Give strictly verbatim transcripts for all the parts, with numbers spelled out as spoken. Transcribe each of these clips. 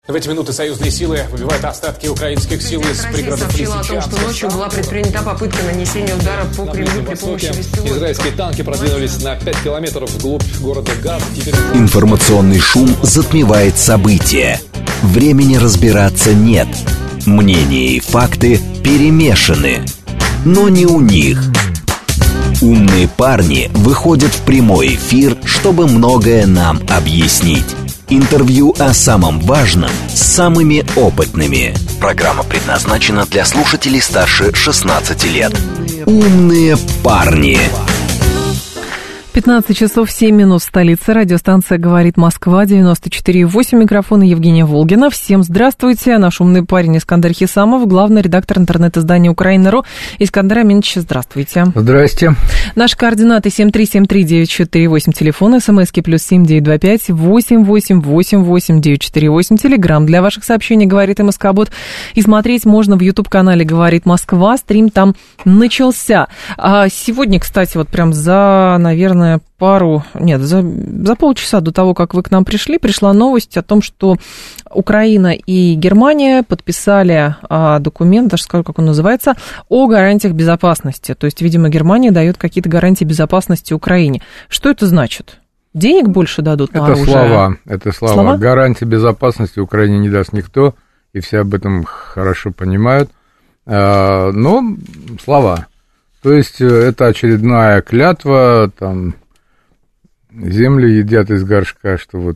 В эти минуты союзные силы выбивают остатки украинских сил из пригородов сообщила о том, что ночью была предпринята попытка нанесения удара по Кремлю при помощи беспилотников. Израильские танки продвинулись на пять километров вглубь города Газ. Теперь... Информационный шум затмевает события. Времени разбираться нет. Мнения и факты перемешаны. Но не у них. Умные парни выходят в прямой эфир, чтобы многое нам объяснить. Интервью о самом важном с самыми опытными. Программа предназначена для слушателей старше шестнадцати лет. Умные парни. пятнадцать часов семь минут в столице. Радиостанция «Говорит Москва», девяносто четыре и восемь. Микрофон Евгения Волгина. Всем здравствуйте. Наш умный парень Искандер Хисамов, главный редактор интернет-издания «Украина.ру». Искандер Аминович, здравствуйте. Здрасте. Наши координаты семь три семь три девять четыре восемь, телефон, смски плюс семь девять два пять восемь восемь восемь восемь девять четыре восемь, телеграмм для ваших сообщений «Говорит МСК-бот». И смотреть можно в YouTube-канале «Говорит Москва». Стрим там начался. А сегодня, кстати, вот прям за, наверное, пару, нет, за, за полчаса до того, как вы к нам пришли, пришла новость о том, что Украина и Германия подписали а, документ, даже скажу, как он называется, о гарантиях безопасности. То есть, видимо, Германия дает какие-то гарантии безопасности Украине. Что это значит? Денег больше дадут на это оружие? Слова, это слова. слова. Гарантии безопасности Украине не даст никто, и все об этом хорошо понимают. А, но слова. То есть это очередная клятва, там, землю едят из горшка, что вот,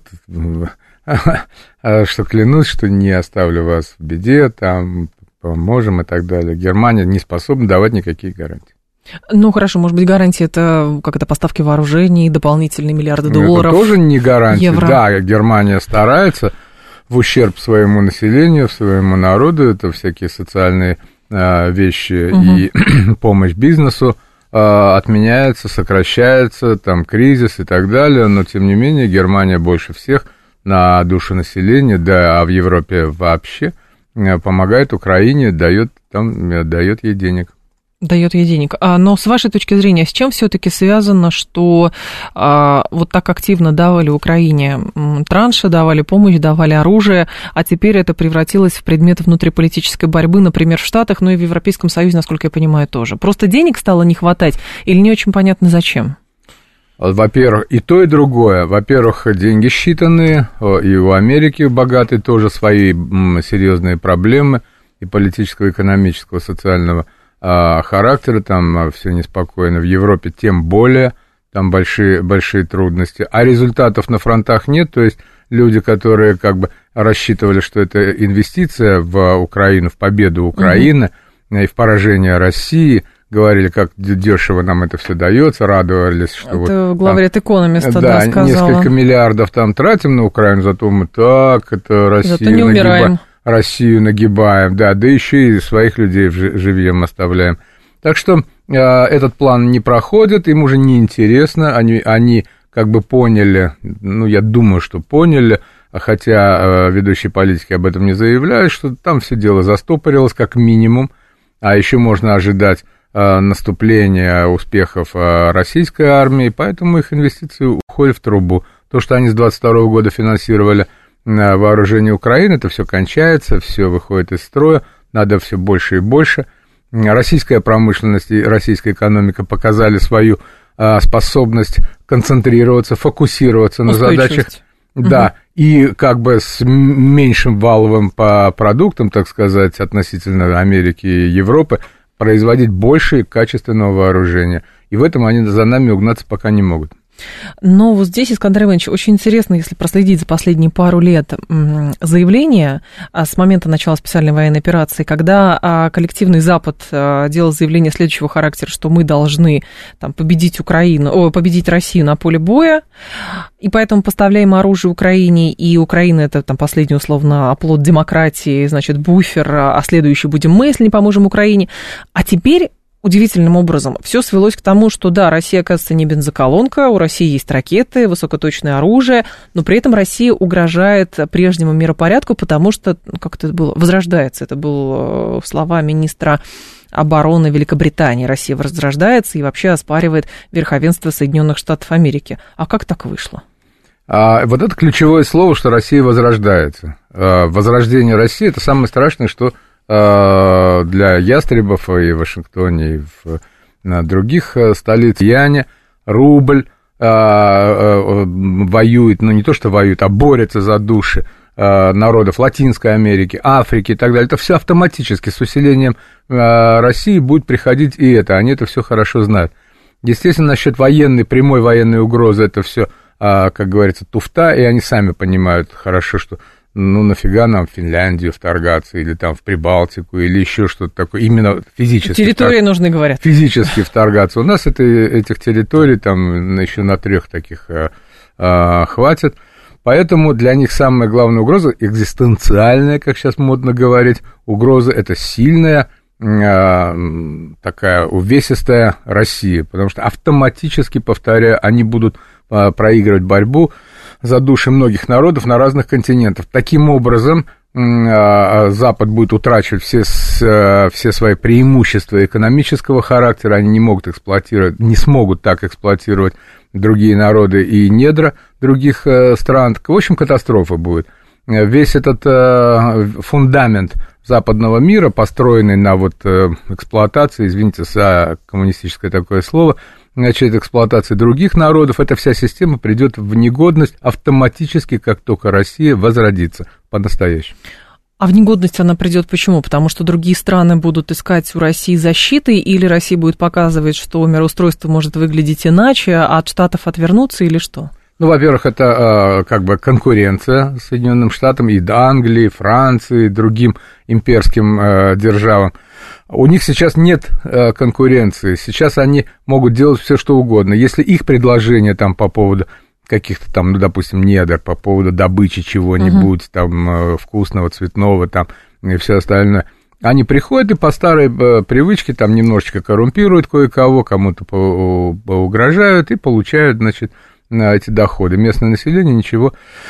что клянусь, что не оставлю вас в беде, там, поможем и так далее. Германия не способна давать никакие гарантии. Ну, хорошо, может быть, гарантии это как это поставки вооружений, дополнительные миллиарды долларов. Это тоже не гарантия. Евро. Да, Германия старается в ущерб своему населению, своему народу, это всякие социальные вещи угу. и помощь бизнесу а, отменяется, сокращается, там кризис и так далее, но тем не менее Германия больше всех на душу населения, да, а в Европе вообще помогает Украине, дает, там, дает ей денег. Дает ей денег. Но с вашей точки зрения, с чем все-таки связано, что а, вот так активно давали Украине транши, давали помощь, давали оружие, а теперь это превратилось в предмет внутриполитической борьбы, например, в Штатах, но и в Европейском Союзе, насколько я понимаю, тоже. Просто денег стало не хватать или не очень понятно зачем? Во-первых, и то, и другое. Во-первых, деньги считанные, и у Америки богатой тоже свои серьезные проблемы и политического, экономического, социального характера, там все неспокойно, в Европе тем более, там большие, большие трудности, а результатов на фронтах нет, то есть люди, которые как бы рассчитывали, что это инвестиция в Украину, в победу Украины угу. и в поражение России, говорили, как дешево нам это все дается, радовались, что это вот... главред экономиста, да, да, сказала. Несколько миллиардов там тратим на Украину, зато мы так, это Россия... Зато не умираем. Россию нагибаем, да, да еще и своих людей живьем оставляем. Так что э, этот план не проходит, им уже неинтересно, они, они как бы поняли, ну, я думаю, что поняли, хотя э, ведущие политики об этом не заявляют, что там все дело застопорилось как минимум, а еще можно ожидать э, наступления успехов э, российской армии, поэтому их инвестиции уходят в трубу. То, что они с двадцать второго года финансировали на вооружение Украины, это все кончается, все выходит из строя, надо все больше и больше. Российская промышленность и российская экономика показали свою а, способность концентрироваться, фокусироваться на задачах. Угу. Да, и как бы с меньшим валовым по продуктам, так сказать, относительно Америки и Европы, производить больше качественного вооружения. И в этом они за нами угнаться пока не могут. Но вот здесь, Искандер Иванович, очень интересно, если проследить за последние пару лет заявления с момента начала специальной военной операции, когда коллективный Запад делал заявление следующего характера, что мы должны там, победить Украину, о, победить Россию на поле боя, и поэтому поставляем оружие Украине, и Украина это там последний условно оплот демократии, значит, буфер, а следующий будем мы, если не поможем Украине. А теперь удивительным образом все свелось к тому, что да, Россия, оказывается, не бензоколонка, у России есть ракеты, высокоточное оружие, но при этом Россия угрожает прежнему миропорядку, потому что, как это было, возрождается, это было слова министра обороны Великобритании. Россия возрождается и вообще оспаривает верховенство Соединенных Штатов Америки. А как так вышло? А вот это ключевое слово, что Россия возрождается. Возрождение России – это самое страшное, что для ястребов и в Вашингтоне, и в других столицах. Яне, рубль воюет, ну не то что воюет, а борется за души народов Латинской Америки, Африки и так далее. Это все автоматически с усилением России будет приходить и это. Они это все хорошо знают. Естественно, насчет военной, прямой военной угрозы это все, как говорится, туфта, и они сами понимают хорошо, что ну нафига нам в Финляндию вторгаться, или там в Прибалтику, или еще что-то такое, именно физически. Территории втор... нужны, говорят. Физически вторгаться. У нас это, этих территорий там еще на трех таких а, а, хватит. Поэтому для них самая главная угроза, экзистенциальная, как сейчас модно говорить, угроза это сильная, а, такая увесистая Россия, потому что автоматически, повторяю, они будут а, проигрывать борьбу за души многих народов на разных континентах. Таким образом, Запад будет утрачивать все, все свои преимущества экономического характера, они не могут эксплуатировать, не смогут так эксплуатировать другие народы и недра других стран. В общем, катастрофа будет. Весь этот фундамент западного мира, построенный на вот эксплуатации, извините за коммунистическое такое слово, значит, эксплуатации других народов, эта вся система придет в негодность автоматически, как только Россия возродится по-настоящему. А в негодность она придет почему? Потому что другие страны будут искать у России защиты, или Россия будет показывать, что мироустройство может выглядеть иначе, а от Штатов отвернуться, или что? Ну, во-первых, это как бы конкуренция Соединенным Штатам, и Англии, Франции, другим имперским державам. У них сейчас нет конкуренции, сейчас они могут делать все, что угодно. Если их предложения там по поводу каких-то там, ну, допустим, недр, по поводу добычи чего-нибудь, uh-huh. там, вкусного, цветного, там, и все остальное, они приходят и по старой привычке там немножечко коррумпируют кое-кого, кому-то угрожают и получают, значит, эти доходы. Местное население ничего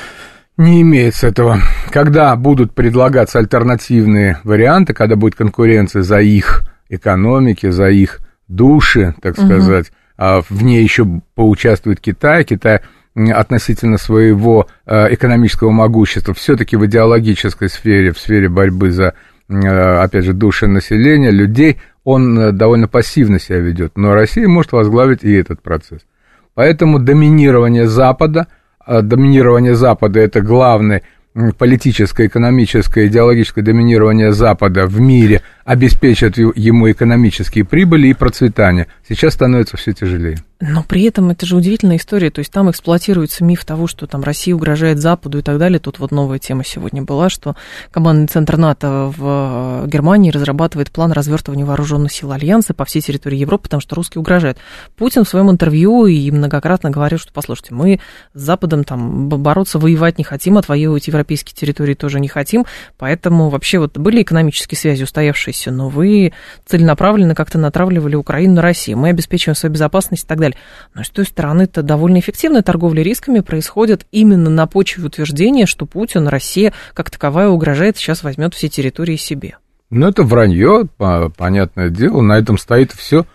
не имеет с этого. Когда будут предлагаться альтернативные варианты, когда будет конкуренция за их экономики, за их души, так сказать, uh-huh. а в ней еще поучаствует Китай, Китай относительно своего экономического могущества все-таки в идеологической сфере, в сфере борьбы за, опять же, души населения, людей, он довольно пассивно себя ведет, но Россия может возглавить и этот процесс. Поэтому доминирование Запада, доминирование Запада – это главное политическое, экономическое, идеологическое доминирование Запада в мире обеспечит ему экономические прибыли и процветание. Сейчас становится все тяжелее. Но при этом это же удивительная история, то есть там эксплуатируется миф того, что там Россия угрожает Западу и так далее. Тут вот новая тема сегодня была, что командный центр НАТО в Германии разрабатывает план развертывания вооруженных сил Альянса по всей территории Европы, потому что русские угрожают. Путин в своем интервью и многократно говорил, что, послушайте, мы с Западом там бороться, воевать не хотим, отвоевывать европейские территории тоже не хотим, поэтому вообще вот были экономические связи устоявшиеся, но вы целенаправленно как-то натравливали Украину на Россию, мы обеспечиваем свою безопасность и так далее. Но с той стороны-то довольно эффективная торговля рисками происходит именно на почве утверждения, что Путин, Россия как таковая угрожает, сейчас возьмет все территории себе. Ну, это вранье, понятное дело, на этом стоит все.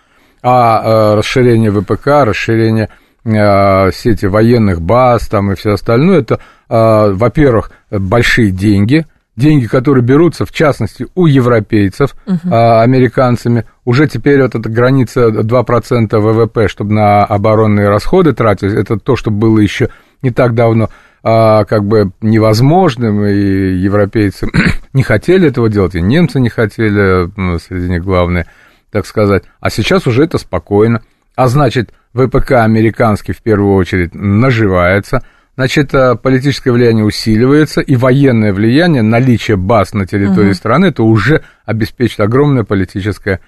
А расширение ВПК, расширение сети военных баз там и все остальное, это, во-первых, большие деньги, деньги, которые берутся, в частности, у европейцев, uh-huh. а, американцами. Уже теперь вот эта граница два процента ВВП, чтобы на оборонные расходы тратить, это то, что было еще не так давно а, как бы невозможным, и европейцы не хотели этого делать, и немцы не хотели, ну, среди них главные, так сказать. А сейчас уже это спокойно. А значит, ВПК американский в первую очередь наживается. Значит, политическое влияние усиливается, и военное влияние, наличие баз на территории uh-huh. страны, это уже обеспечит огромное политическое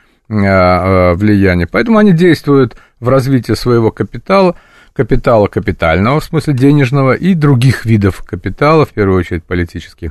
влияние. Поэтому они действуют в развитии своего капитала, капитала капитального, в смысле денежного, и других видов капитала, в первую очередь политических.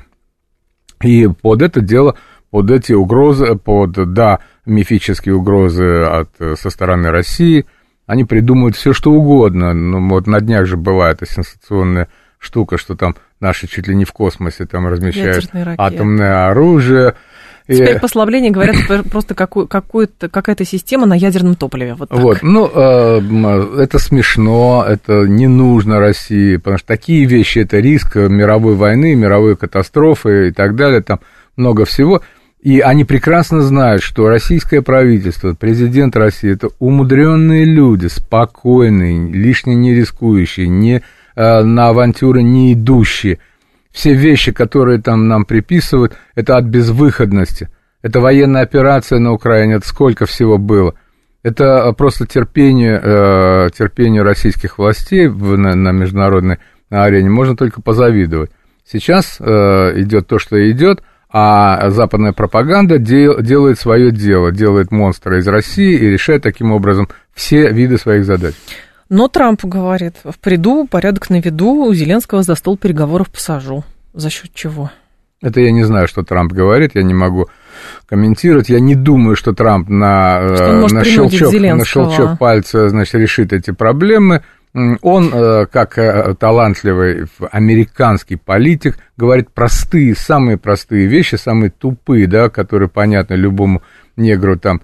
И под это дело, под эти угрозы, под, да, мифические угрозы от, со стороны России, они придумывают все, что угодно. Ну, вот на днях же была эта сенсационная штука, что там наши чуть ли не в космосе там размещают атомное оружие Теперь послабление, говорят, просто какой, какой-то, какая-то система на ядерном топливе. Вот, вот. Ну, это смешно, это не нужно России, потому что такие вещи, это риск мировой войны, мировой катастрофы и так далее, там много всего. И они прекрасно знают, что российское правительство, президент России, это умудренные люди, спокойные, лишне не рискующие, не, на авантюры не идущие. Все вещи, которые там нам приписывают, это от безвыходности. Это военная операция на Украине, это сколько всего было. Это просто терпение, терпению российских властей на, на международной арене можно только позавидовать. Сейчас идет то, что идет. А западная пропаганда дел, делает свое дело, делает монстра из России и решает таким образом все виды своих задач. Но Трамп говорит, в приду, порядок на виду, у Зеленского за стол переговоров посажу. За счет чего? Это я не знаю, что Трамп говорит, я не могу комментировать. Я не думаю, что Трамп на, что на, щелчок, на щелчок пальца, значит, решит эти проблемы. Он, как талантливый американский политик, говорит простые, самые простые вещи, самые тупые, да, которые понятны любому негру там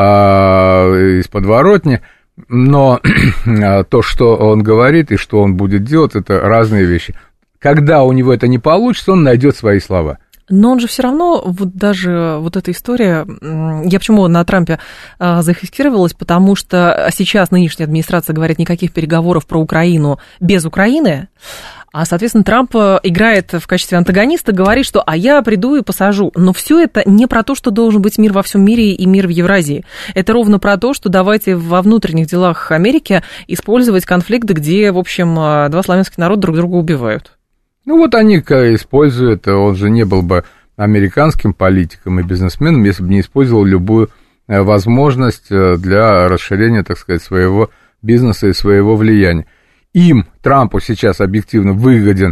из подворотни, но то, что он говорит и что он будет делать, это разные вещи. Когда у него это не получится, он найдет свои слова. Но он же все равно, вот даже вот эта история, я почему на Трампе а, зафиксировалась, потому что сейчас нынешняя администрация говорит никаких переговоров про Украину без Украины, а, соответственно, Трамп играет в качестве антагониста, говорит, что «а я приду и посажу». Но все это не про то, что должен быть мир во всем мире и мир в Евразии. Это ровно про то, что давайте во внутренних делах Америки использовать конфликты, где, в общем, два славянских народа друг друга убивают. Ну, вот они используют, он же не был бы американским политиком и бизнесменом, если бы не использовал любую возможность для расширения, так сказать, своего бизнеса и своего влияния. Им, Трампу, сейчас объективно выгоден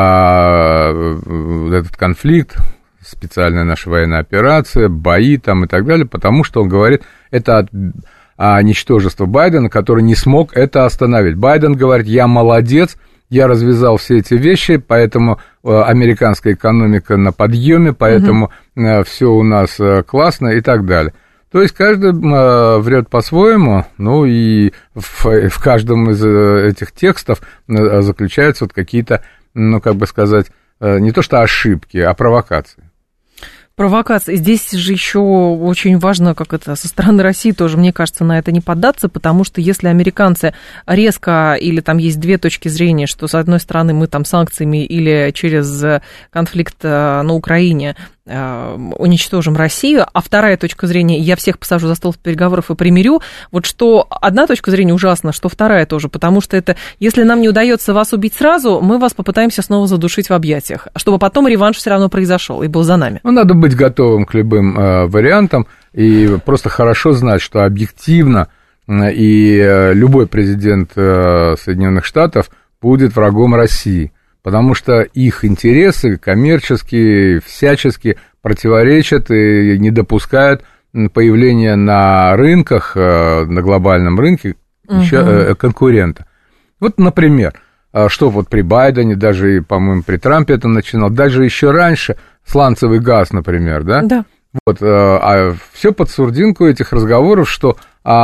а, этот конфликт, специальная наша военная операция, бои там и так далее, потому что он говорит, это от, а, ничтожество Байдена, который не смог это остановить. Байден говорит, я молодец, я развязал все эти вещи, поэтому американская экономика на подъеме, поэтому uh-huh. все у нас классно и так далее. То есть каждый врет по-своему, ну и в, в каждом из этих текстов заключаются вот какие-то, ну как бы сказать, не то что ошибки, а провокации. Провокации. Здесь же еще очень важно, как это со стороны России тоже, мне кажется, на это не поддаться, потому что если американцы резко, или там есть две точки зрения, что с одной стороны мы там санкциями или через конфликт на Украине уничтожим Россию, а вторая точка зрения, я всех посажу за стол переговоров и примирю, вот что одна точка зрения ужасна, что вторая тоже, потому что это, если нам не удается вас убить сразу, мы вас попытаемся снова задушить в объятиях, чтобы потом реванш все равно произошел и был за нами. Ну, надо быть готовым к любым э, вариантам и просто хорошо знать, что объективно э, и э, любой президент э, Соединенных Штатов будет врагом России. Потому что их интересы коммерческие, всячески противоречат и не допускают появления на рынках, на глобальном рынке еще конкурента. Вот, например, что вот при Байдене, даже, по-моему, при Трампе это начинал, даже еще раньше сланцевый газ, например, да? Да. Вот, а все под сурдинку этих разговоров, что,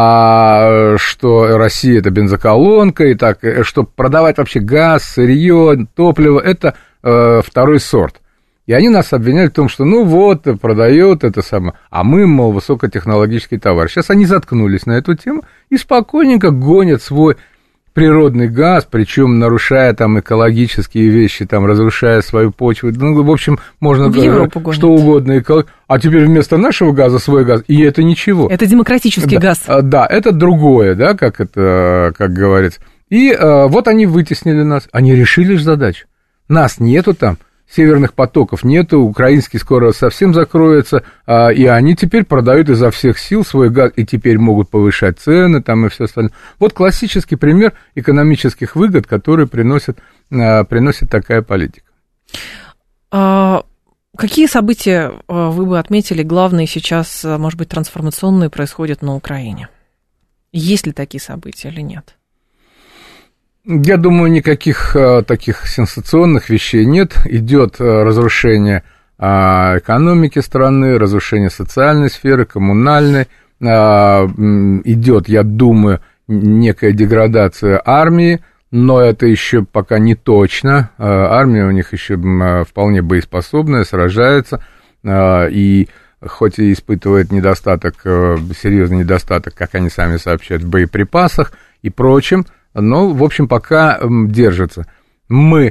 а, что Россия это бензоколонка, и так, что продавать вообще газ, сырье, топливо, это э, второй сорт. И они нас обвиняли в том, что ну вот, продает это самое, а мы, мол, высокотехнологический товар. Сейчас они заткнулись на эту тему и спокойненько гонят свой природный газ, причем нарушая там экологические вещи, там, разрушая свою почву. Ну, в общем, можно что угодно. А теперь вместо нашего газа свой газ, и это ничего. Это демократический да, газ. Да, это другое, да, как это, как говорится. И а, вот они вытеснили нас, они решили же задачу. Нас нету там. Северных потоков нету, украинский скоро совсем закроется, а, и они теперь продают изо всех сил свой газ, и теперь могут повышать цены там и все остальное. Вот классический пример экономических выгод, которые приносит, а, приносит такая политика. А, какие события вы бы отметили, главные сейчас, может быть, трансформационные, происходят на Украине? Есть ли такие события или нет? Я думаю, никаких а, таких сенсационных вещей нет. Идет а, разрушение экономики страны, разрушение социальной сферы, коммунальной. Идет, я думаю, некая деградация армии, но это еще пока не точно. Армия у них еще вполне боеспособная, сражается, и хоть и испытывает недостаток, серьезный недостаток, как они сами сообщают, в боеприпасах и прочем, но, в общем, пока держится. Мы,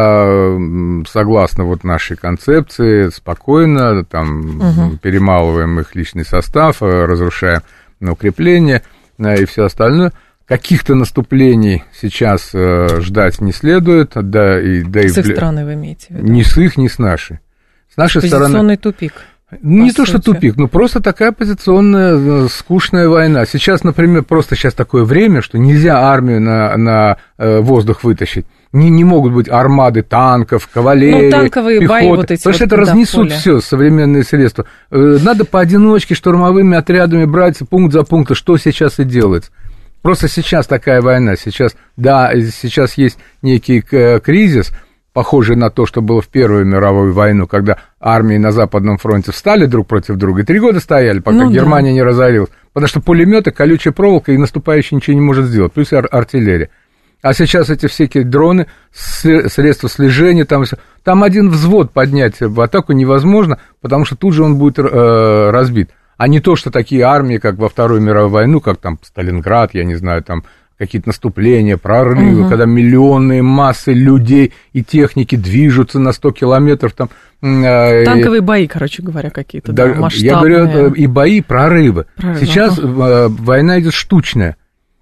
согласно вот нашей концепции, спокойно там, угу. перемалываем их личный состав, разрушаем укрепления и все остальное. Каких-то наступлений сейчас ждать не следует. Да, и, да с и их стороны вы имеете в виду? Ни с их, ни с нашей. С нашей позиционный стороны... тупик. Не то, что тупик, но просто такая позиционная, скучная война. Сейчас, например, просто сейчас такое время, что нельзя армию на, на воздух вытащить. Не, не могут быть армады танков, кавалерии, ну, танковые пехоты, бои вот эти потому вот, что это да, разнесут все, современные средства. Надо поодиночке, штурмовыми отрядами брать пункт за пунктом, что сейчас и делается. Просто сейчас такая война. Сейчас, да, сейчас есть некий кризис, похожий на то, что было в Первую мировую войну, когда армии на Западном фронте встали друг против друга, и три года стояли, пока ну, Германия да. не разорилась. Потому что пулеметы, колючая проволока, и наступающий ничего не может сделать, плюс ар- артиллерия. А сейчас эти всякие дроны, средства слежения, там, там один взвод поднять в атаку невозможно, потому что тут же он будет э, разбит. А не то, что такие армии, как во Вторую мировую войну, как там Сталинград, я не знаю, там какие-то наступления, прорывы, угу. когда миллионные массы людей и техники движутся на сто километров. Там, э, танковые бои, короче говоря, какие-то, да, да, масштабные. Я говорю, и бои, прорывы. прорывы. Сейчас ага. война идет штучная.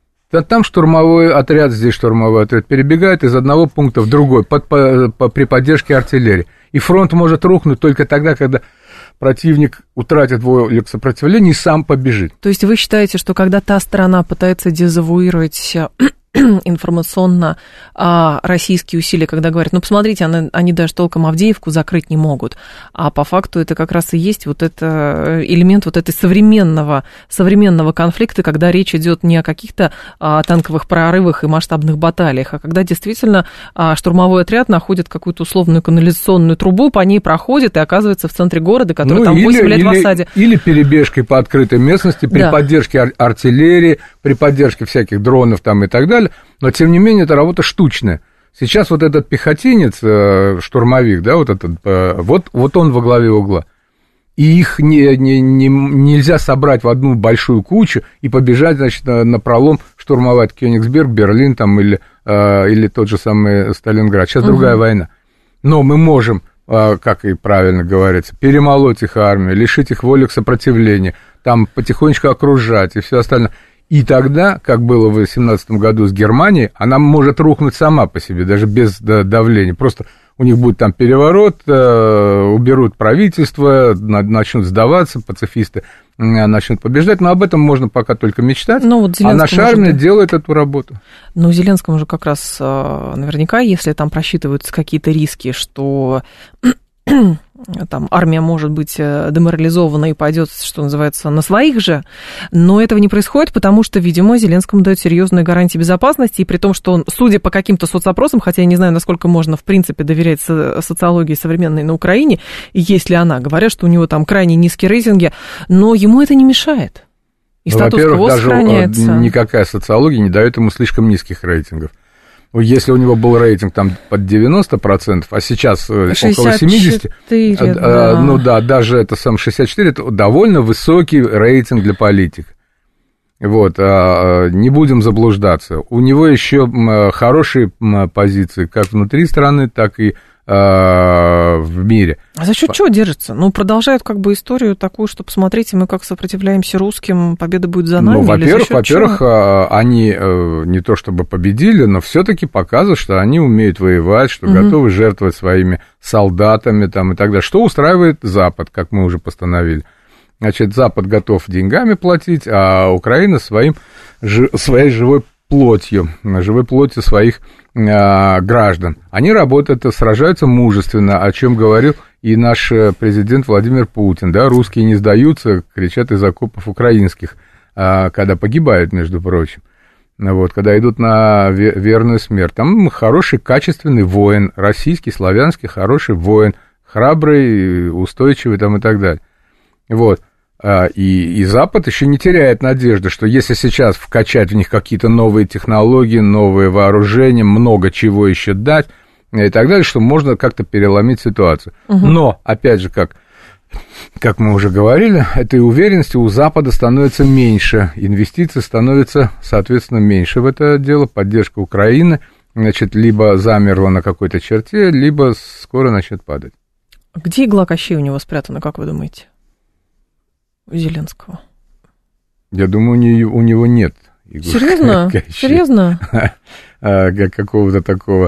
Там штурмовой отряд, здесь штурмовой отряд перебегает из одного пункта в другой под, по, по, при поддержке артиллерии. И фронт может рухнуть только тогда, когда противник утратит волю к сопротивлению и сам побежит. То есть вы считаете, что когда та сторона пытается дезавуировать информационно а, российские усилия, когда говорят, ну, посмотрите, они, они даже толком Авдеевку закрыть не могут, а по факту это как раз и есть вот это элемент вот этой современного, современного конфликта, когда речь идет не о каких-то а, танковых прорывах и масштабных баталиях, а когда действительно а, штурмовой отряд находит какую-то условную канализационную трубу, по ней проходит и оказывается в центре города, который ну, там восемь или, лет или, в осаде. Или перебежкой по открытой местности, при да. поддержке ар- артиллерии, при поддержке всяких дронов там и так далее. Но, тем не менее, это работа штучная. Сейчас вот этот пехотинец, штурмовик, да, вот этот, вот, вот он во главе угла. И их не, не, не, нельзя собрать в одну большую кучу и побежать, значит, напролом штурмовать Кёнигсберг, Берлин там, или, или тот же самый Сталинград. Сейчас угу. другая война. Но мы можем, как и правильно говорится, перемолоть их армию, лишить их воли к сопротивлению, там потихонечку окружать и все остальное. И тогда, как было в восемнадцатом году с Германией, она может рухнуть сама по себе, даже без давления. Просто у них будет там переворот, уберут правительство, начнут сдаваться, пацифисты начнут побеждать. Но об этом можно пока только мечтать. Ну, вот а наша армия же... делает эту работу. Ну, Зеленскому же как раз наверняка, если там просчитываются какие-то риски, что... там армия может быть деморализована и пойдет, что называется, на своих же, но этого не происходит, потому что, видимо, Зеленскому дают серьезные гарантии безопасности, и при том, что он, судя по каким-то соцопросам, хотя я не знаю, насколько можно, в принципе, доверять социологии современной на Украине, и есть ли она, говорят, что у него там крайне низкие рейтинги, но ему это не мешает. И ну, статус-кво сохраняется. Даже никакая социология не дает ему слишком низких рейтингов. Если у него был рейтинг там под девяносто процентов, а сейчас около семьдесят процентов, да. ну да, даже это сам шестьдесят четыре процента, это довольно высокий рейтинг для политика. Вот, не будем заблуждаться. У него еще хорошие позиции как внутри страны, так и в мире. А за счет чего держится? Ну, продолжают как бы историю такую, что посмотрите, мы как сопротивляемся русским, победа будет за нами. Ну, во-первых, во-первых, чего? Они не то чтобы победили, но все-таки показывают, что они умеют воевать, что угу. готовы жертвовать своими солдатами там, и так далее. Что устраивает Запад, как мы уже постановили. Значит, Запад готов деньгами платить, а Украина своим, своей живой плотью, живой плотью своих э, граждан. Они работают, сражаются мужественно, о чем говорил и наш президент Владимир Путин. Да, русские не сдаются, кричат из окопов украинских, э, когда погибают, между прочим. Вот, когда идут на верную смерть. Там хороший, качественный воин, российский, славянский, хороший воин, храбрый, устойчивый там и так далее. Вот. И, и Запад еще не теряет надежды, что если сейчас вкачать в них какие-то новые технологии, новые вооружения, много чего еще дать и так далее, что можно как-то переломить ситуацию. Угу. Но, опять же, как, как мы уже говорили, этой уверенности у Запада становится меньше, инвестиций становится, соответственно, меньше в это дело, поддержка Украины, значит, либо замерла на какой-то черте, либо скоро начнет падать. Где игла Кощей у него спрятана, как вы думаете? У Зеленского. Я думаю, у, нее, у него нет иглы. Серьезно? Серьезно? Какого-то такого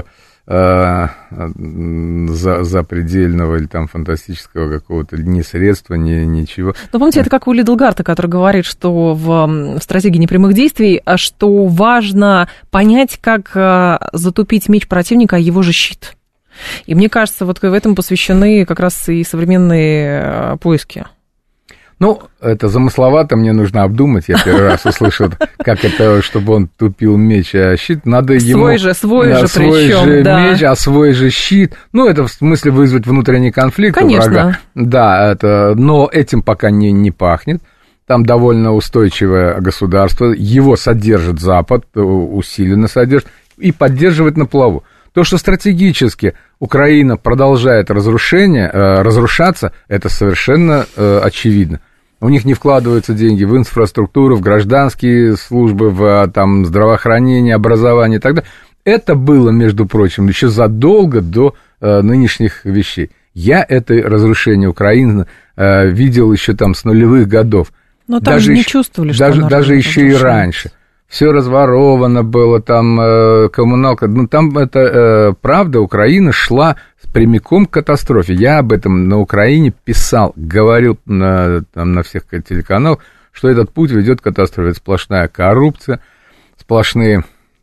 запредельного или там фантастического какого-то ни средства, ни ничего. Ну, помните, это как у Лидлгарта, который говорит, что в стратегии непрямых действий, что важно понять, как затупить меч противника, а его же щит. И мне кажется, вот в этом посвящены как раз и современные поиски. Ну, это замысловато, мне нужно обдумать. Я первый раз услышал, как это, чтобы он тупил меч, а щит. Надо ему... Свой же, свой да, же свой причем, же да. меч, а свой же щит. Ну, это в смысле вызвать внутренний конфликт у врага. Да, это... но этим пока не, не пахнет. Там довольно устойчивое государство. Его содержит Запад, усиленно содержит, и поддерживает на плаву. То, что стратегически Украина продолжает разрушение, э, разрушаться, это совершенно э, очевидно. У них не вкладываются деньги в инфраструктуру, в гражданские службы, в там, здравоохранение, образование и так далее. Это было, между прочим, еще задолго до э, нынешних вещей. Я это разрушение Украины э, видел еще там с нулевых годов. Но там даже не еще, чувствовали, что даже, даже еще и раньше. Все разворовано было, там э, коммуналка. Ну, там это э, правда, Украина шла прямиком к катастрофе. Я об этом на Украине писал, говорил на, там, на всех телеканалах, что этот путь ведет к катастрофе. Это сплошная коррупция, сплошные,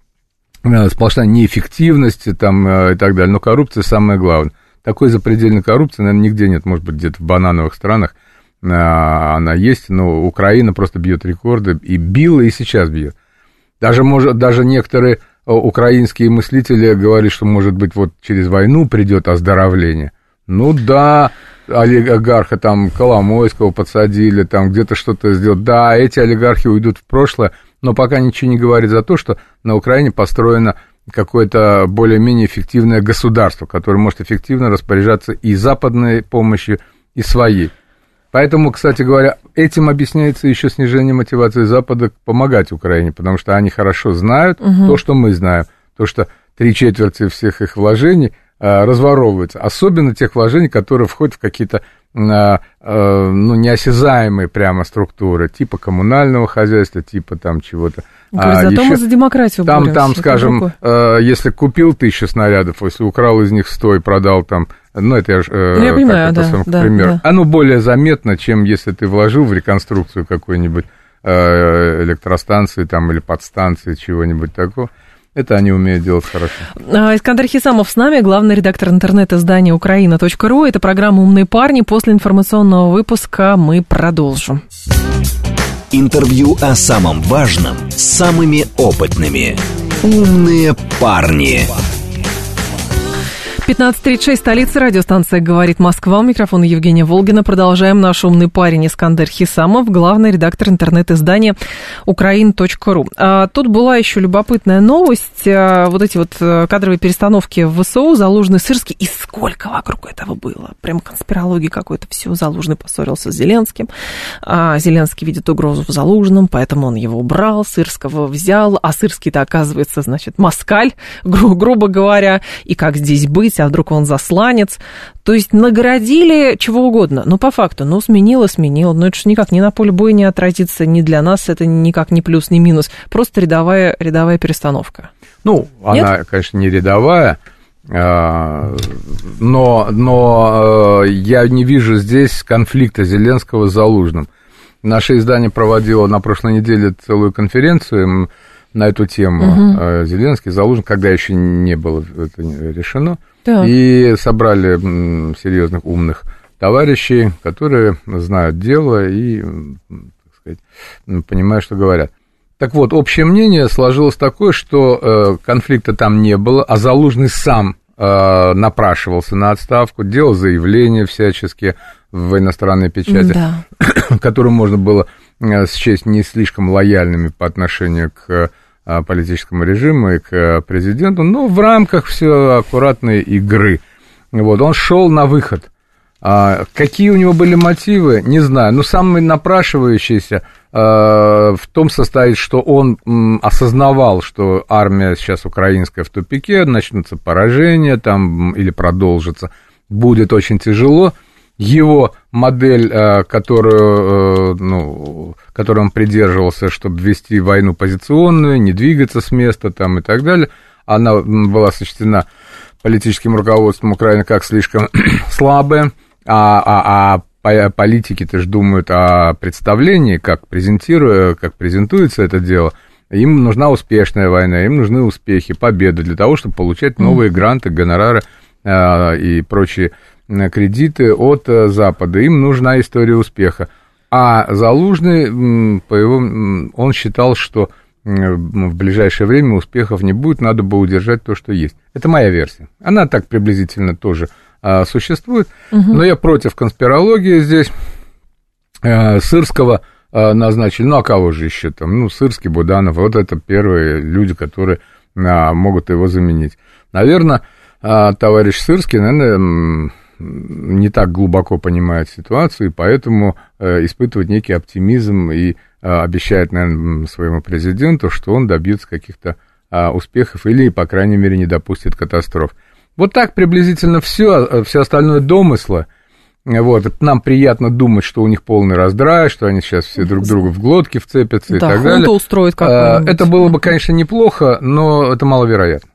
э, сплошная неэффективность там, э, и так далее. Но коррупция самое главное. Такой запредельной коррупции, наверное, нигде нет. Может быть, где-то в банановых странах э, она есть, но Украина просто бьет рекорды. И била, и сейчас бьет. Даже, может, даже некоторые украинские мыслители говорят, что, может быть, вот через войну придет оздоровление. Ну да, олигарха там Коломойского подсадили, там где-то что-то сделали. Да, эти олигархи уйдут в прошлое, но пока ничего не говорит за то, что на Украине построено какое-то более-менее эффективное государство, которое может эффективно распоряжаться и западной помощью, и своей. Поэтому, кстати говоря, этим объясняется еще снижение мотивации Запада помогать Украине, потому что они хорошо знают угу. то, что мы знаем, то, что три четверти всех их вложений а, разворовываются, особенно тех вложений, которые входят в какие-то а, а, ну, неосязаемые прямо структуры, типа коммунального хозяйства, типа там чего-то. А, зато мы за демократию там, боремся. Там, скажем, э, если купил тысячу снарядов, если украл из них сто и продал там, ну, это я, э, ну, я понимаю, так, да, это, да, пример. Да. Оно более заметно, чем если ты вложил в реконструкцию какой-нибудь э, электростанции там, или подстанции, чего-нибудь такого. Это они умеют делать хорошо. Искандер Хисамов с нами, главный редактор интернет-издания украина точка ру. Это программа «Умные парни». После информационного выпуска мы продолжим. Интервью о самом важном с самыми опытными. «Умные парни». пятнадцать тридцать шесть, столица, радиостанция «Говорит Москва». У микрофона Евгения Волгина. Продолжаем. Наш умный парень Искандер Хисамов, главный редактор интернет-издания украина точка ру. А, тут была еще любопытная новость. А, вот эти вот кадровые перестановки в ВСУ, Залужный, Сырский. И сколько вокруг этого было. Прям конспирология какой-то. Все, Залужный поссорился с Зеленским. А, Зеленский видит угрозу в Залужном, поэтому он его убрал, Сырского взял. А Сырский-то, оказывается, значит, москаль, гру- грубо говоря. И как здесь быть? А вдруг он засланец. То есть наградили чего угодно. Но по факту, ну, сменило, сменило. Но это же никак ни на поле боя не отразится, ни для нас это никак не плюс, ни минус. Просто рядовая, рядовая перестановка. Ну, Нет? Она, конечно, не рядовая, но, но я не вижу здесь конфликта Зеленского с Залужным. Наше издание проводило на прошлой неделе целую конференцию на эту тему. Угу. Зеленский, Залужный, когда еще не было это решено. Да. И собрали серьезных, умных товарищей, которые знают дело и, так сказать, понимают, что говорят. Так вот, общее мнение сложилось такое, что конфликта там не было, а Залужный сам напрашивался на отставку, делал заявления всячески в иностранной печати, да. которые можно было счесть не слишком лояльными по отношению к политическому режиму и к президенту, но в рамках все аккуратной игры. Вот, он шел на выход. А какие у него были мотивы, не знаю. Но самый напрашивающийся а, в том состоит, что он м, осознавал, что армия сейчас украинская в тупике, начнутся поражения там или продолжится, будет очень тяжело. Его модель, а, которую, а, ну, которой он придерживался, чтобы вести войну позиционную, не двигаться с места там, и так далее, она была сочтена политическим руководством Украины как слишком слабая. А, а, а политики-то же думают о представлении, как, презентируя, как презентуется это дело. Им нужна успешная война, им нужны успехи, победы для того, чтобы получать новые гранты, гонорары а, и прочие кредиты от а, Запада. Им нужна история успеха. А Залужный, по его, он считал, что в ближайшее время успехов не будет, надо бы удержать то, что есть. Это моя версия. Она так приблизительно тоже существует, угу. Но я против конспирологии здесь. Сырского назначили, ну а кого же еще там? Ну, Сырский, Буданов, вот это первые люди, которые могут его заменить. Наверное, товарищ Сырский, наверное, не так глубоко понимает ситуацию, и поэтому испытывает некий оптимизм и обещает, наверное, своему президенту, что он добьется каких-то успехов или, по крайней мере, не допустит катастроф. Вот так приблизительно все, все остальное домыслы. Вот, нам приятно думать, что у них полный раздрай, что они сейчас все друг другу в глотки вцепятся, да, и так далее. Устроит какой-нибудь. Это было бы, конечно, неплохо, но это маловероятно.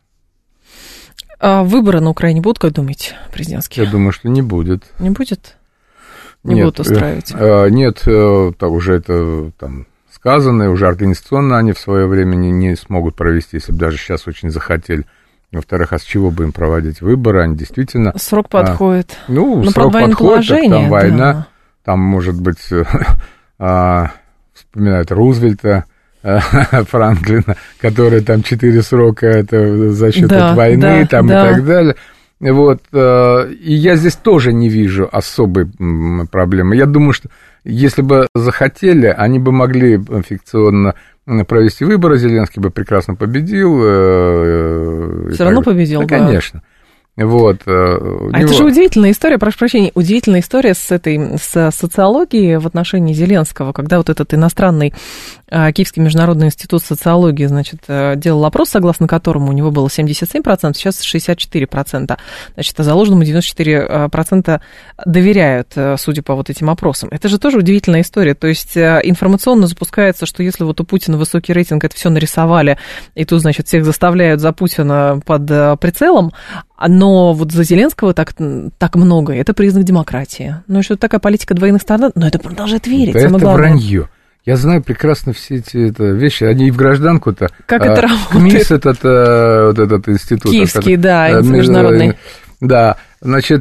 А выборы на Украине будут, как думаете, президентские? Я думаю, что не будет. Не будет? Не нет, будут устраивать? Нет, так уже это там сказано, уже организационно они в свое время не, не смогут провести, если бы даже сейчас очень захотели. Во-вторых, а с чего бы им проводить выборы? Они действительно... Срок подходит. А, ну, но срок подходит, так там война, да. Там, может быть, а, вспоминают Рузвельта, Франклина, который там четыре срока, это за счет да, войны, да, там да. и так далее. Вот, и я здесь тоже не вижу особой проблемы. Я думаю, что если бы захотели, они бы могли фикционно провести выборы, Зеленский бы прекрасно победил. Все равно победил, да, да. Конечно. Вот, а него... это же удивительная история, прошу прощения, удивительная история с этой, с социологией в отношении Зеленского, когда вот этот иностранный Киевский международный институт социологии, значит, делал опрос, согласно которому у него было семьдесят семь процентов, сейчас шестьдесят четыре процента. Значит, а Залужному девяносто четыре процента доверяют, судя по вот этим опросам. Это же тоже удивительная история. То есть информационно запускается, что если вот у Путина высокий рейтинг, это все нарисовали, и тут, значит, всех заставляют за Путина под прицелом, но вот за Зеленского так, так много, это признак демократии. Ну и что такая политика двойных стандартов, но это продолжает верить. Да, это главное. Вранье. Я знаю прекрасно все эти это, вещи, они и в гражданку-то. Как а, это работает? КМИС этот, а, вот этот институт. Киевский, этот, да, а, международный. Да, значит,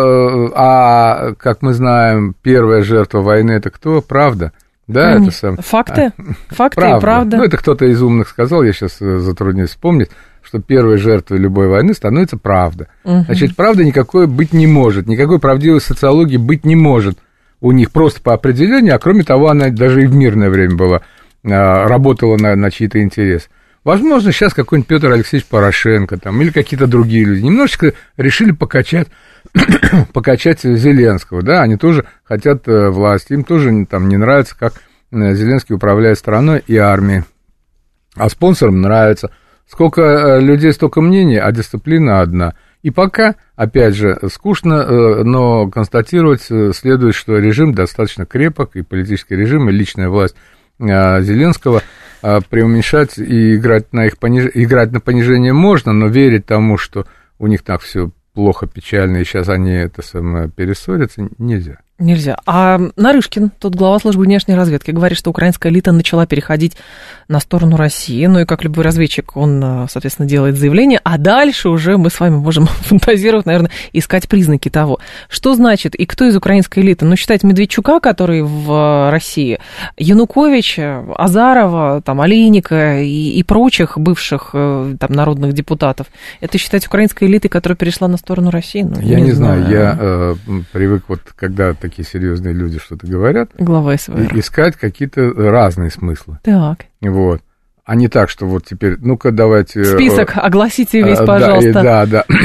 а, как мы знаем, первая жертва войны это кто? Правда. Да, Они, это сам... Факты, факты правда. и правда. Ну, это кто-то из умных сказал, я сейчас затруднюсь вспомнить, что первой жертвой любой войны становится правда. Угу. Значит, правды никакой быть не может, никакой правдивой социологии быть не может у них просто по определению, а кроме того, она даже и в мирное время была, работала на, на чьи-то интересы. Возможно, сейчас какой-нибудь Петр Алексеевич Порошенко там, или какие-то другие люди немножечко решили покачать, покачать Зеленского, да, они тоже хотят власти, им тоже там не нравится, как Зеленский управляет страной и армией, а спонсорам нравится. Сколько людей, столько мнений, а дисциплина одна. И пока, опять же, скучно, но констатировать следует, что режим достаточно крепок, и политический режим, и личная власть Зеленского преуменьшать и играть на, их пониж... играть на понижение можно, но верить тому, что у них так все плохо, печально, и сейчас они это самое перессорятся, нельзя. Нельзя. А Нарышкин, тот глава службы внешней разведки, говорит, что украинская элита начала переходить на сторону России. Ну и как любой разведчик, он, соответственно, делает заявление, а дальше уже мы с вами можем фантазировать, наверное, искать признаки того. Что значит, и кто из украинской элиты? Ну, считать Медведчука, который в России, Януковича, Азарова, там, Олейника и, и прочих бывших там, народных депутатов. Это считать украинской элитой, которая перешла на сторону России? Ну, я не, не знаю, знаю. я э, привык вот, когда такие серьезные люди что-то говорят, глава СВР, искать какие-то разные смыслы. Так. Вот. А не так, что вот теперь, ну-ка давайте... Список огласите весь, пожалуйста. Да, да, да,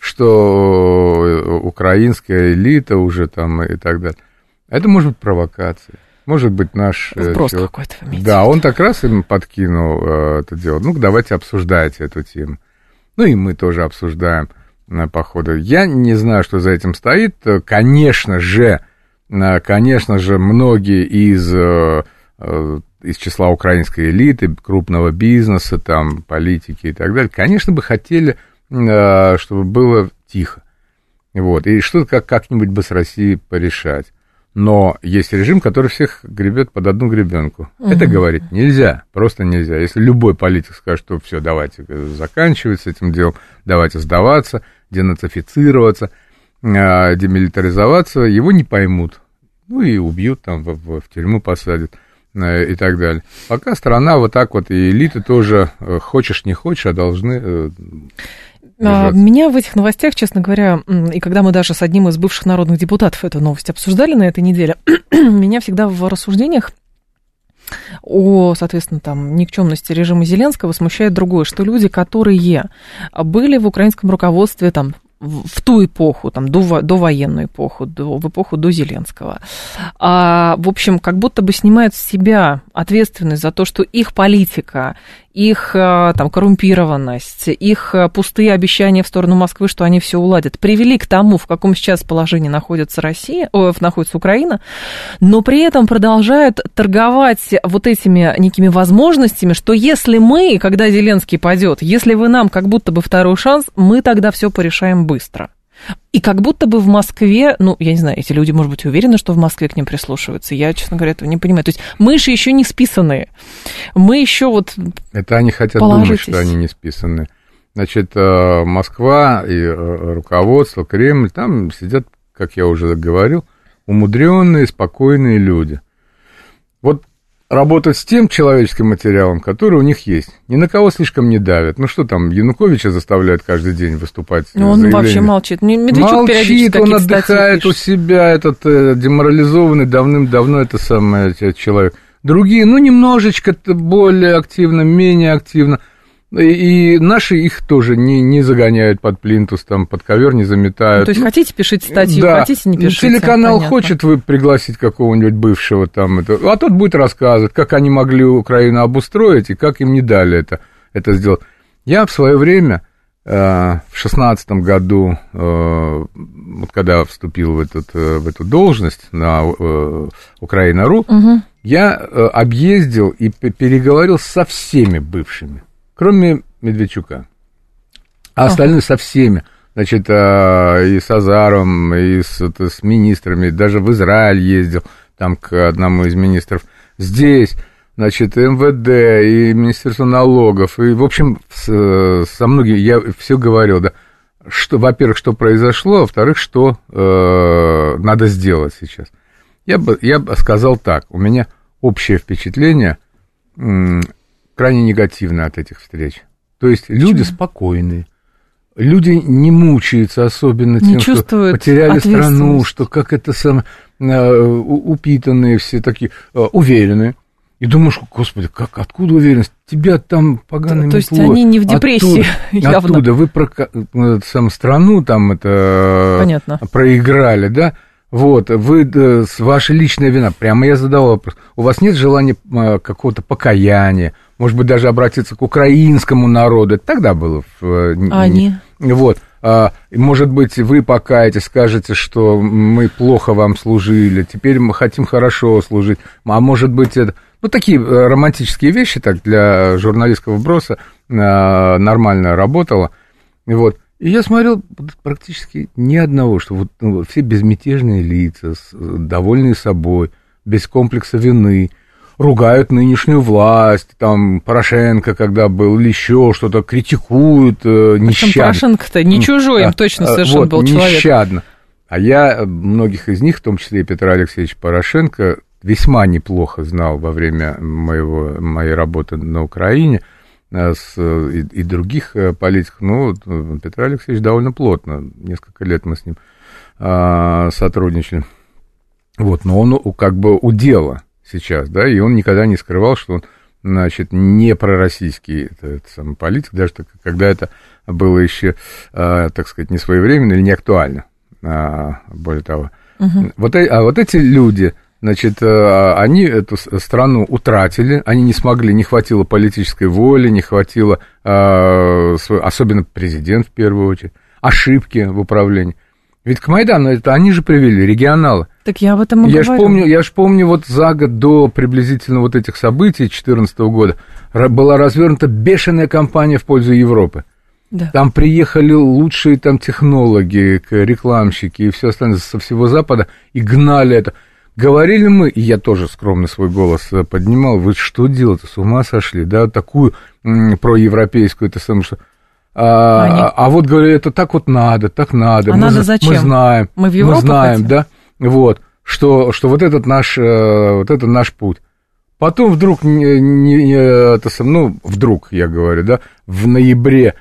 что украинская элита уже там и так далее. Это может быть провокация. Может быть, наш... Вброс какой-то вы имеете. Да, он так раз им подкинул э, это дело. Ну, давайте обсуждайте эту тему. Ну, и мы тоже обсуждаем э, по ходу. Я не знаю, что за этим стоит. Конечно же, Конечно же, многие из, из числа украинской элиты, крупного бизнеса, там, политики и так далее, конечно, бы хотели, чтобы было тихо. Вот, и что-то как, как-нибудь бы с Россией порешать. Но есть режим, который всех гребет под одну гребенку. Угу. Это говорить нельзя, просто нельзя. Если любой политик скажет, что все, давайте заканчивать с этим делом, давайте сдаваться, денацифицироваться, демилитаризоваться, его не поймут. Ну и убьют, там, в, в, в тюрьму посадят и так далее. Пока страна вот так вот, и элиты тоже, хочешь не хочешь, а должны держаться. Меня в этих новостях, честно говоря, и когда мы даже с одним из бывших народных депутатов эту новость обсуждали на этой неделе, меня всегда в рассуждениях о, соответственно, там, никчемности режима Зеленского смущает другое, что люди, которые были в украинском руководстве, там, в ту эпоху, там, до, до военную эпоху, до, в эпоху до Зеленского, а, в общем, как будто бы снимают с себя ответственность за то, что их политика, их там, коррумпированность, их пустые обещания в сторону Москвы, что они все уладят, привели к тому, в каком сейчас положении находится Россия, о, находится Украина, но при этом продолжают торговать вот этими некими возможностями, что если мы, когда Зеленский падет, если вы нам как будто бы второй шанс, мы тогда все порешаем быстро. И как будто бы в Москве, ну, я не знаю, эти люди, может быть, уверены, что в Москве к ним прислушиваются. Я, честно говоря, этого не понимаю. То есть мы же еще не списанные. Мы еще вот... Это они хотят думать, что они не списаны. Значит, Москва и руководство, Кремль, там сидят, как я уже говорил, умудренные, спокойные люди. Вот работать с тем человеческим материалом, который у них есть. Ни на кого слишком не давят. Ну что там, Януковича заставляют каждый день выступать. Ну он вообще молчит. Медведчук молчит, он отдыхает у себя, этот э, деморализованный давным-давно это самое человек. Другие, ну немножечко более активно, менее активно. И, и наши их тоже не, не загоняют под плинтус, там, под ковер не заметают. Ну, то есть, ну, хотите, пишите статью, да. хотите, не пишите. Телеканал понятно. Хочет вы пригласить какого-нибудь бывшего там, это, а тот будет рассказывать, как они могли Украину обустроить и как им не дали это, это сделать. Я в свое время, э, в шестнадцатом году, э, вот когда вступил в, этот, э, в эту должность на э, Украина.ру, угу. я э, объездил и переговорил со всеми бывшими. Кроме Медведчука. А остальные ага. со всеми. Значит, и с Азаровым, и с, с министрами. Даже в Израиль ездил, там, к одному из министров. Здесь, значит, эм вэ дэ, и Министерство налогов. И, в общем, с, со многими я все говорил, да. Что, во-первых, что произошло, а во-вторых, что э, надо сделать сейчас. Я бы, я бы сказал так. У меня общее впечатление... М- крайне негативно от этих встреч. То есть люди Почему? Спокойные, люди не мучаются особенно не тем, что потеряли страну, что как это самое, упитанные все такие, уверенные. И думаешь, господи, как, откуда уверенность? Тебя там поганый То есть они не в депрессии, оттуда, явно. Оттуда вы про сам страну там это Понятно. Проиграли, да? Вот, вы, ваша личная вина, прямо я задал вопрос, у вас нет желания какого-то покаяния, может быть, даже обратиться к украинскому народу, это тогда было. В, а они? Вот, может быть, вы покаетесь, скажете, что мы плохо вам служили, теперь мы хотим хорошо служить, а может быть, это... Ну, такие романтические вещи, так, для журналистского вброса нормально работало, вот. И я смотрел практически ни одного, что вот ну, все безмятежные лица, с, довольные собой, без комплекса вины, ругают нынешнюю власть, там, Порошенко, когда был, или еще что-то, критикуют э, нещадно. Порошенко-то не чужой, им точно совершенно вот, был человек. Нещадно. А я многих из них, в том числе и Петра Алексеевича Порошенко, весьма неплохо знал во время моего, моей работы на Украине с, и, и других политиков. Ну, Петр Алексеевич довольно плотно, несколько лет мы с ним а, сотрудничали. Вот, но он как бы у дела сейчас, да, и он никогда не скрывал, что он, значит, не пророссийский это, это самый политик, даже так, когда это было еще, а, так сказать, не своевременно или не актуально, а, более того. Угу. Вот, а вот эти люди... Значит, они эту страну утратили, они не смогли, не хватило политической воли, не хватило, особенно президент в первую очередь, ошибки в управлении. Ведь к Майдану это они же привели, регионалы. Так я об этом и я говорю. Ж помню, я же помню, вот за год до приблизительно вот этих событий две тысячи четырнадцатого года была развернута бешеная кампания в пользу Европы. Да. Там приехали лучшие там технологи, рекламщики и все остальное со всего Запада и гнали это. Говорили мы, и я тоже скромно свой голос поднимал, вы что делаете, с ума сошли, да, такую м, проевропейскую, это самое, что... А, Они... а вот, говорю, это так вот надо, так надо. А мы, надо зачем? Мы знаем, мы, в Европу мы знаем, хотим? Да, вот, что, что вот этот наш, вот это наш путь. Потом вдруг, не, не, это, ну, вдруг, я говорю, да, в ноябре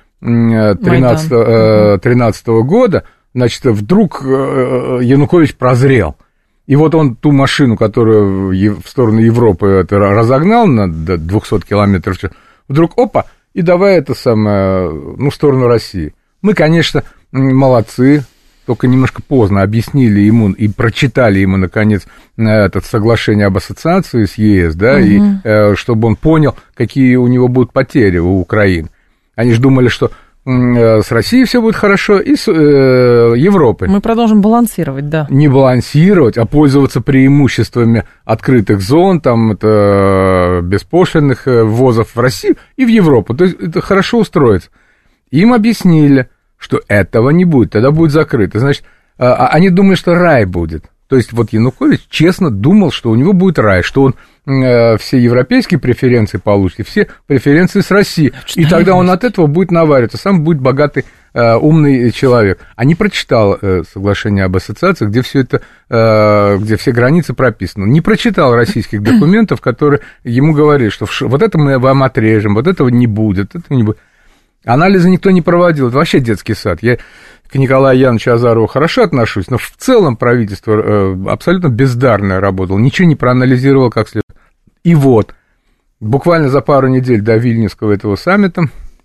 тринадцатого года, значит, вдруг Янукович прозрел. И вот он ту машину, которую в сторону Европы это разогнал на двести километров в час, вдруг, опа, и давай это самое, ну, в сторону России. Мы, конечно, молодцы, только немножко поздно объяснили ему и прочитали ему, наконец, это соглашение об ассоциации с ЕС, да, угу. И чтобы он понял, какие у него будут потери у Украины. Они же думали, что с Россией все будет хорошо, и с э, Европой. Мы продолжим балансировать, да. Не балансировать, а пользоваться преимуществами открытых зон, там, это, беспошлинных ввозов в Россию и в Европу. То есть это хорошо устроится. Им объяснили, что этого не будет, тогда будет закрыто. Значит, они думали, что рай будет. То есть вот Янукович честно думал, что у него будет рай, что он э, все европейские преференции получит, и все преференции с Россией. Что и тогда он от этого будет навариваться, сам будет богатый, э, умный человек. А не прочитал э, соглашение об ассоциации, где все это, э, где все границы прописаны. Не прочитал российских документов, которые ему говорили, что вот это мы вам отрежем, вот этого не будет, этого не будет. Анализы никто не проводил, это вообще детский сад. Я к Николаю Яновичу Азарову хорошо отношусь, но в целом правительство э, абсолютно бездарно работало, ничего не проанализировало как следует. И вот, буквально за пару недель до Вильнюсского этого саммита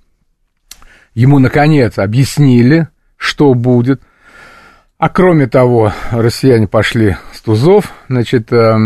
ему, наконец, объяснили, что будет. А кроме того, россияне пошли с тузов, значит,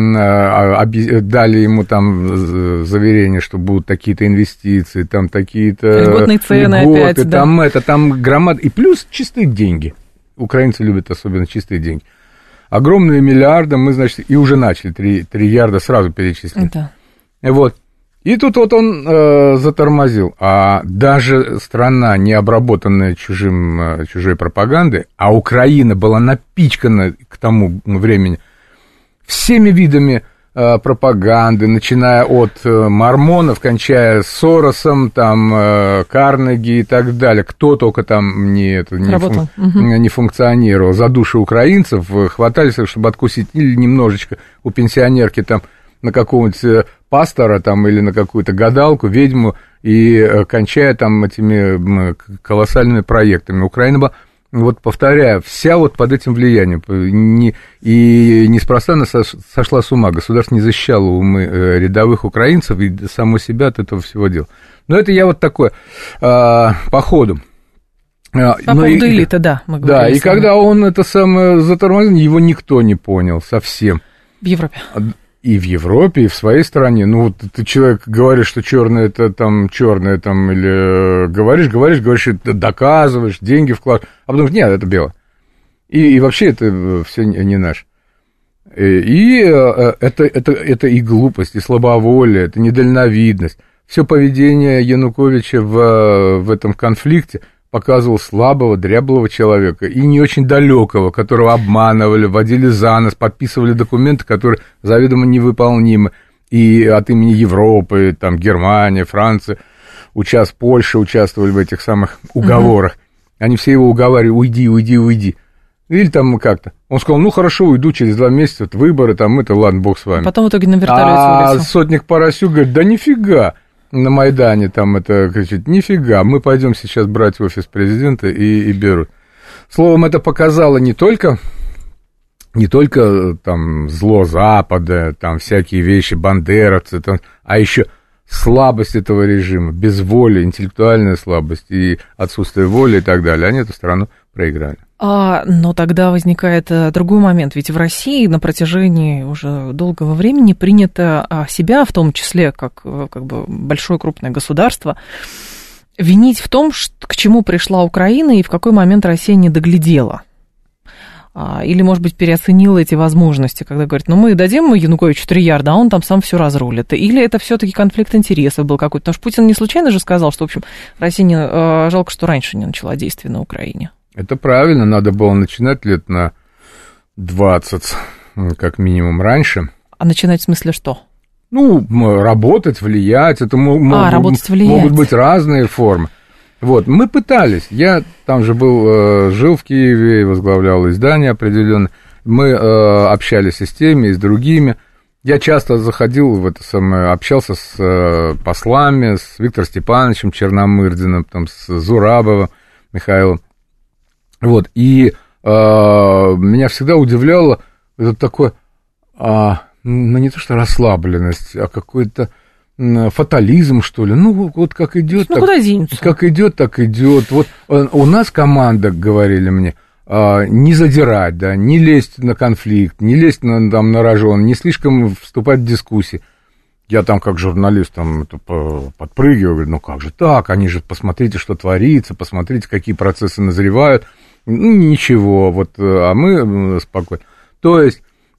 дали ему там заверение, что будут такие-то инвестиции, там такие-то льготные цены льготы, опять, там да. это, там громад... И плюс чистые деньги. Украинцы любят особенно чистые деньги. Огромные миллиарды мы, значит, и уже начали три триллиарда сразу перечислить. Да. Вот. И тут вот он э, затормозил, а даже страна, не обработанная чужим, э, чужой пропагандой, а Украина была напичкана к тому времени всеми видами э, пропаганды, начиная от э, мормонов, кончая Соросом, там, э, Карнеги и так далее, кто только там не, это, не, фун, угу. не функционировал, за души украинцев хватались, чтобы откусить или немножечко у пенсионерки там, на какого-нибудь пастора там, или на какую-то гадалку, ведьму, и кончая там этими колоссальными проектами. Украина была, вот повторяю, вся вот под этим влиянием, не, и неспроста она сошла с ума. Государство не защищало умы рядовых украинцев и само себя от этого всего дела. Но это я вот такой, а, по ходу. По Но поводу и, элиты, да, мы говорили. Да, и когда он это самое затормозил, его никто не понял совсем. В Европе. И в Европе, и в своей стране. Ну, вот ты человек говоришь, что черное это там черное, там, или говоришь, говоришь, говоришь, доказываешь, деньги вкладываешь, а потом нет, это белое. И, и вообще это все не, не наше. И, и это, это, это и глупость, и слабоволие, это недальновидность. Все поведение Януковича в, в этом конфликте показывал слабого, дряблого человека и не очень далекого, которого обманывали, водили за нос, подписывали документы, которые заведомо невыполнимы. И от имени Европы, там, Германия, Франция, участ... Польша участвовали в этих самых уговорах. Угу. Они все его уговаривали: уйди, уйди, уйди. Или там как-то. Он сказал: ну, хорошо, уйду через два месяца, вот выборы, там, это, ладно, бог с вами. Потом в итоге на вертолете а улетел. Сотник Парасюк говорит: да нифига. На Майдане там это кричит: нифига, мы пойдем сейчас брать офис президента и, и берут. Словом, это показало не только, не только там зло Запада, там всякие вещи, бандеровцы, там, а еще слабость этого режима, безволие, интеллектуальная слабость и отсутствие воли и так далее. Они эту страну проиграли. А, но тогда возникает другой момент. Ведь в России на протяжении уже долгого времени принято себя, в том числе как, как бы большое крупное государство, винить в том, что, к чему пришла Украина и в какой момент Россия не доглядела. Или, может быть, переоценила эти возможности, когда говорит: ну, мы дадим Януковичу три ярда, а он там сам все разрулит. Или это все-таки конфликт интересов был какой-то? Потому что Путин не случайно же сказал, что, в общем, Россия не, жалко, что раньше не начала действия на Украине. Это правильно, надо было начинать лет на двадцать, как минимум, раньше. А начинать в смысле что? Ну, работать, влиять, это могут, а, работать, влиять. могут быть разные формы. Вот, мы пытались, я там же был, жил в Киеве, возглавлял издание определенно, мы общались и с теми, и с другими. Я часто заходил в это самое, общался с послами, с Виктором Степановичем Черномырдиным, там, с Зурабовым Михаилом. Вот, и э, меня всегда удивляло это такое, а, ну, не то что расслабленность, а какой-то фатализм, что ли. Ну, вот как идет, ну, так, куда денется? Как идет, так идет. Вот у нас команда, говорили мне, э, не задирать, да, не лезть на конфликт, не лезть на, там, на рожон, не слишком вступать в дискуссии. Я там, как журналист, там, это, подпрыгиваю, говорю: ну, как же так, они же, посмотрите, что творится, посмотрите, какие процессы назревают. Ну, ничего, вот, а мы спокойно. То есть,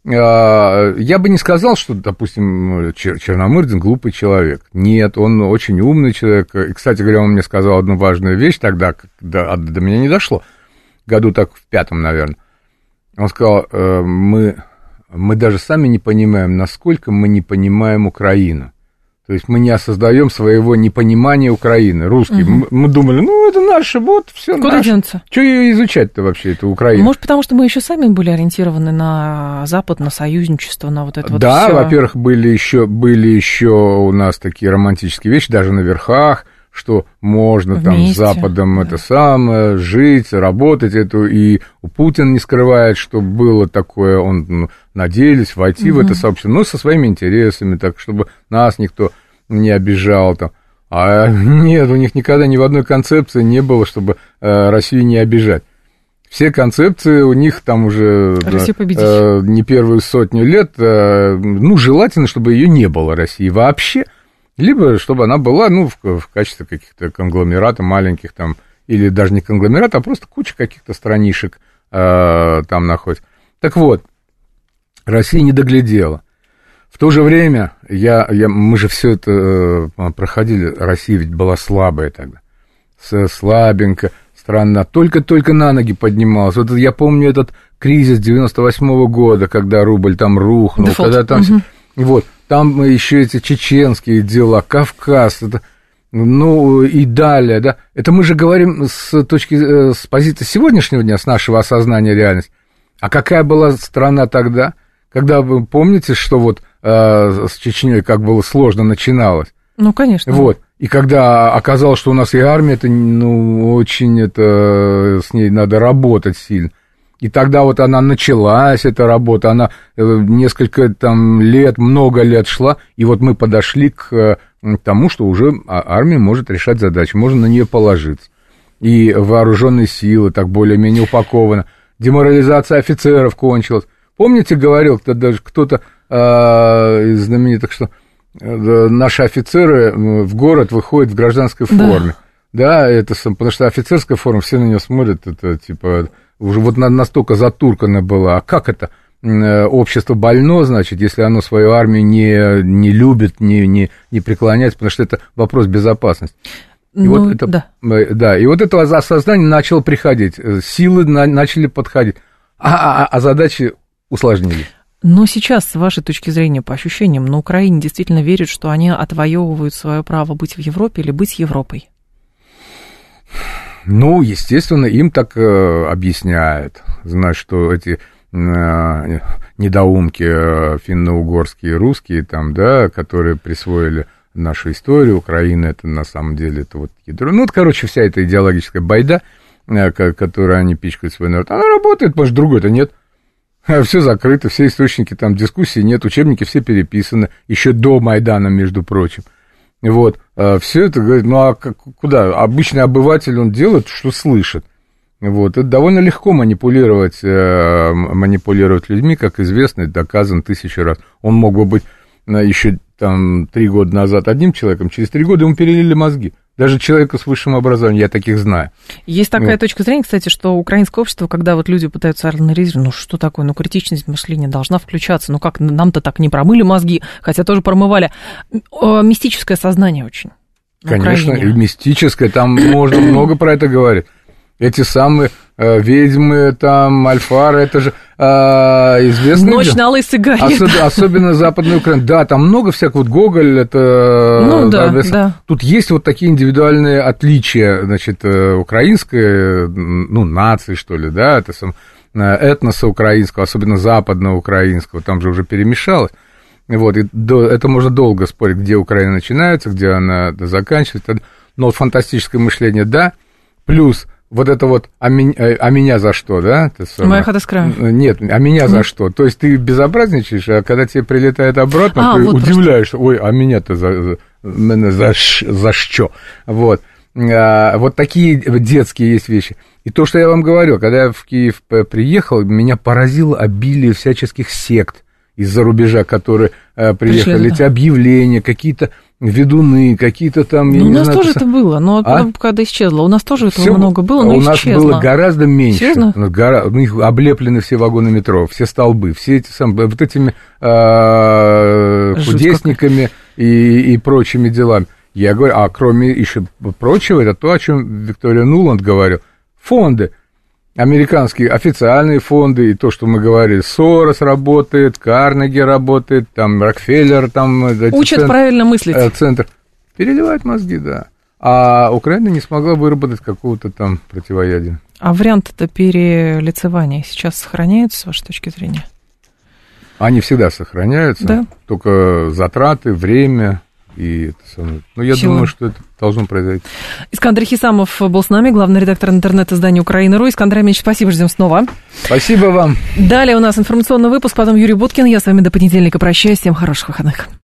я бы не сказал, что, допустим, Черномырдин глупый человек. Нет, он очень умный человек. И, кстати говоря, он мне сказал одну важную вещь тогда, когда до меня не дошло, году так в пятом, наверное. Он сказал: мы, мы даже сами не понимаем, насколько мы не понимаем Украину. То есть мы не создаем своего непонимания Украины, русские. Угу. Мы, мы думали: ну, это наше, вот, все наше. Куда денется? Что ее изучать-то вообще, эту Украину? Может, потому что мы еще сами были ориентированы на Запад, на союзничество, на вот это вот да, всё. Во-первых, были еще, были еще у нас такие романтические вещи, даже на верхах, что можно вместе, там с Западом, да, это самое, жить, работать. Эту, и Путин не скрывает, что было такое, он, ну, надеялись войти угу. в это сообщество, но со своими интересами, так, чтобы нас никто не обижал там. А нет, у них никогда ни в одной концепции не было, чтобы э, Россию не обижать. Все концепции у них там уже э, не первую сотню лет, э, ну, желательно, чтобы ее не было, России, вообще. Либо чтобы она была, ну, в, в качестве каких-то конгломератов маленьких там, или даже не конгломерат, а просто куча каких-то странишек э, там находится. Так вот, Россия не доглядела. В то же время, я, я, мы же все это э, проходили, Россия ведь была слабая тогда, слабенькая страна, только-только на ноги поднималась. Вот я помню этот кризис девяносто восьмого года, когда рубль там рухнул, Дефолт. когда там... Угу. Вот. Там еще эти чеченские дела, Кавказ, это, ну и далее, да. Это мы же говорим с точки, с позиции сегодняшнего дня, с нашего осознания реальности. А какая была страна тогда, когда вы помните, что вот э, с Чечней как было сложно начиналось? Ну, конечно. Вот. И когда оказалось, что у нас и армия, это, ну, очень это, с ней надо работать сильно. И тогда вот она началась, эта работа, она несколько там лет, много лет шла, и вот мы подошли к тому, что уже армия может решать задачи, можно на нее положиться. И вооруженные силы так более-менее упакованы. Деморализация офицеров кончилась. Помните, говорил даже кто-то э, из знаменитых, что э, наши офицеры в город выходят в гражданской форме. Да, да, это, потому что офицерская форма, все на нее смотрят, это типа... Уже вот настолько затуркано было. А как это? Общество больно, значит, если оно свою армию не, не любит, не, не, не преклоняется, потому что это вопрос безопасности. И ну, вот это, да. да, и вот это осознание начало приходить, силы на, начали подходить, а, а, а задачи усложнились. Но сейчас, с вашей точки зрения, по ощущениям, на Украине действительно верят, что они отвоевывают свое право быть в Европе или быть Европой? Ну, естественно, им так э, объясняют. Значит, что эти э, недоумки э, финно-угорские, русские, там, да, которые присвоили нашу историю, Украина, это на самом деле, это вот ядро. Ну, вот, короче, вся эта идеологическая байда, э, которую они пичкают свой народ, она работает, может, другой-то нет. Все закрыто, все источники, там, дискуссий нет, учебники все переписаны, еще до Майдана, между прочим. Вот, все это, говорит, ну, а как, куда? Обычный обыватель, он делает, что слышит. Вот, это довольно легко манипулировать, манипулировать людьми, как известно, доказано тысячи раз. Он мог бы быть еще, там, три года назад одним человеком, через три года ему перелили мозги. Даже человека с высшим образованием, я таких знаю. Есть такая вот. точка зрения, кстати, что украинское общество, когда вот люди пытаются анализировать, ну что такое, ну критичность мышления должна включаться, ну как, нам-то так не промыли мозги, хотя тоже промывали. Мистическое сознание очень. Конечно, и мистическое, там можно много про это говорить. Эти самые э, ведьмы, там, альфары, это же э, известно. Ночь на лысой горе. Особ, особенно Западная Украина. Да, там много всякого, вот Гоголь, это... Ну, да, да, да. Тут есть вот такие индивидуальные отличия, значит, украинской, ну, нации, что ли, да, это сам, этноса украинского, особенно западного украинского, там же уже перемешалось. Вот, и до, это можно долго спорить, где Украина начинается, где она заканчивается. Но вот фантастическое мышление, да, плюс... Вот это вот, а меня, а меня за что, да? Моя хата с краю. Нет, а меня за что? То есть ты безобразничаешь, а когда тебе прилетает обратно, а, ты вот удивляешься, ой, а меня-то за, за, за, за что? Вот. А, вот такие детские есть вещи. И то, что я вам говорил, когда я в Киев приехал, меня поразило обилие всяческих сект из-за рубежа, которые а, приехали, Пришли, эти да. объявления, какие-то ведуны, какие-то там... Ну, у нас знаю, тоже это было, но а? когда исчезло. У нас тоже этого Всё, много было, но у исчезло. У нас было гораздо меньше. Серьезно? Гора... У них облеплены все вагоны метро, все столбы, все эти самые... Вот этими а... кудесниками и, и прочими делами. Я говорю, а кроме еще прочего, это то, о чем Виктория Нуланд говорил. Фонды. Американские официальные фонды, и то, что мы говорили, Сорос работает, Карнеги работает, там Рокфеллер, там... Учат центр, правильно мыслить. Центр. Переливает мозги, да. А Украина не смогла выработать какого-то там противоядия. А варианты-то перелицевания сейчас сохраняются, с вашей точки зрения? Они всегда сохраняются, да? Только затраты, время... И это самое. Ну, я Чего? думаю, что это должно произойти. Искандер Хисамов был с нами, главный редактор интернет-издания «Украина.ру». Искандер Аминч, спасибо, ждем снова. Спасибо вам. Далее у нас информационный выпуск, потом Юрий Буткин. Я с вами до понедельника прощаюсь. Всем хороших выходных.